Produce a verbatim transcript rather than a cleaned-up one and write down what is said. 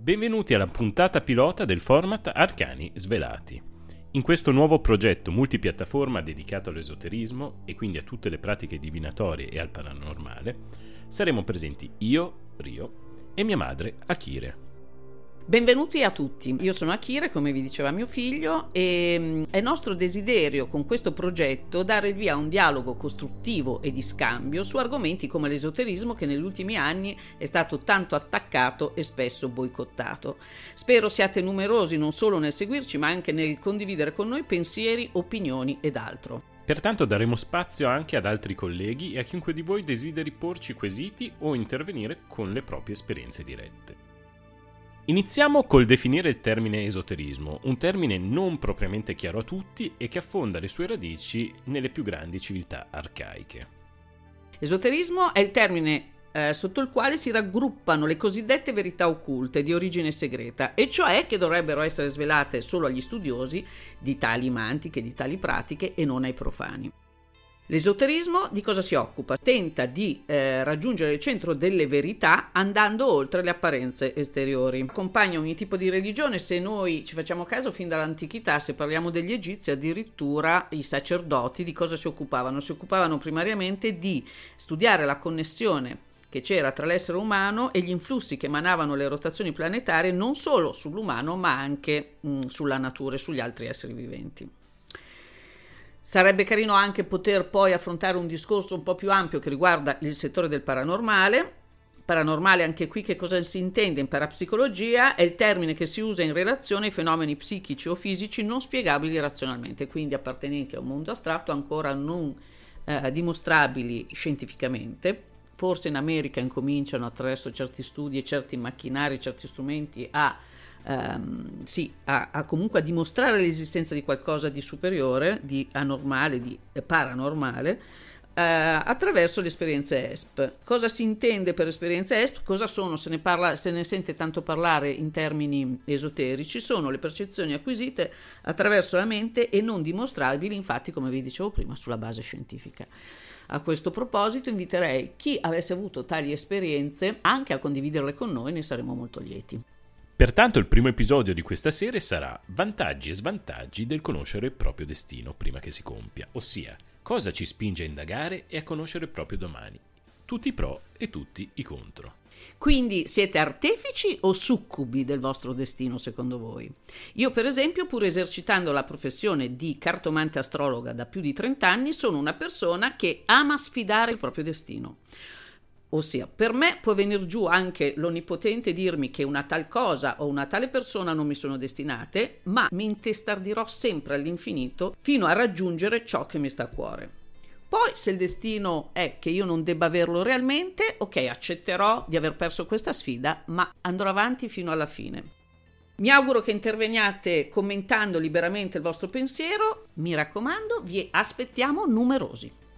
Benvenuti alla puntata pilota del format Arcani Svelati. In questo nuovo progetto multipiattaforma dedicato all'esoterismo e quindi a tutte le pratiche divinatorie e al paranormale, saremo presenti io, Rio, e mia madre, Akire. Benvenuti a tutti, io sono Akire, come vi diceva mio figlio, e è nostro desiderio con questo progetto dare il via a un dialogo costruttivo e di scambio su argomenti come l'esoterismo, che negli ultimi anni è stato tanto attaccato e spesso boicottato. Spero siate numerosi non solo nel seguirci ma anche nel condividere con noi pensieri, opinioni ed altro. Pertanto daremo spazio anche ad altri colleghi e a chiunque di voi desideri porci quesiti o intervenire con le proprie esperienze dirette. Iniziamo col definire il termine esoterismo, un termine non propriamente chiaro a tutti e che affonda le sue radici nelle più grandi civiltà arcaiche. Esoterismo è il termine eh, sotto il quale si raggruppano le cosiddette verità occulte di origine segreta, e cioè che dovrebbero essere svelate solo agli studiosi di tali mantiche, di tali pratiche e non ai profani. L'esoterismo di cosa si occupa? Tenta di eh, raggiungere il centro delle verità andando oltre le apparenze esteriori. Accompagna ogni tipo di religione, se noi ci facciamo caso fin dall'antichità, se parliamo degli egizi, addirittura i sacerdoti di cosa si occupavano? Si occupavano primariamente di studiare la connessione che c'era tra l'essere umano e gli influssi che emanavano le rotazioni planetarie non solo sull'umano ma anche mh, sulla natura e sugli altri esseri viventi. Sarebbe carino anche poter poi affrontare un discorso un po' più ampio che riguarda il settore del paranormale. Paranormale anche qui che cosa si intende in parapsicologia? È il termine che si usa in relazione ai fenomeni psichici o fisici non spiegabili razionalmente, quindi appartenenti a un mondo astratto ancora non eh, dimostrabili scientificamente. Forse in America incominciano attraverso certi studi e certi macchinari, certi strumenti a Um, sì, a, a comunque a dimostrare l'esistenza di qualcosa di superiore, di anormale, di paranormale, uh, attraverso le esperienze E S P. Cosa si intende per esperienze E S P? Cosa sono? Se ne parla, se ne sente tanto parlare in termini esoterici, sono le percezioni acquisite attraverso la mente e non dimostrabili, infatti, come vi dicevo prima, sulla base scientifica. A questo proposito inviterei chi avesse avuto tali esperienze anche a condividerle con noi, ne saremo molto lieti. Pertanto il primo episodio di questa serie sarà vantaggi e svantaggi del conoscere il proprio destino prima che si compia, ossia cosa ci spinge a indagare e a conoscere il proprio domani, tutti i pro e tutti i contro. Quindi siete artefici o succubi del vostro destino secondo voi? Io per esempio, pur esercitando la professione di cartomante astrologa da più di trenta anni, sono una persona che ama sfidare il proprio destino. Ossia, per me può venire giù anche l'onnipotente dirmi che una tal cosa o una tale persona non mi sono destinate, ma mi intestardirò sempre all'infinito fino a raggiungere ciò che mi sta a cuore. Poi, se il destino è che io non debba averlo realmente, ok, accetterò di aver perso questa sfida, ma andrò avanti fino alla fine. Mi auguro che interveniate commentando liberamente il vostro pensiero. Mi raccomando, vi aspettiamo numerosi.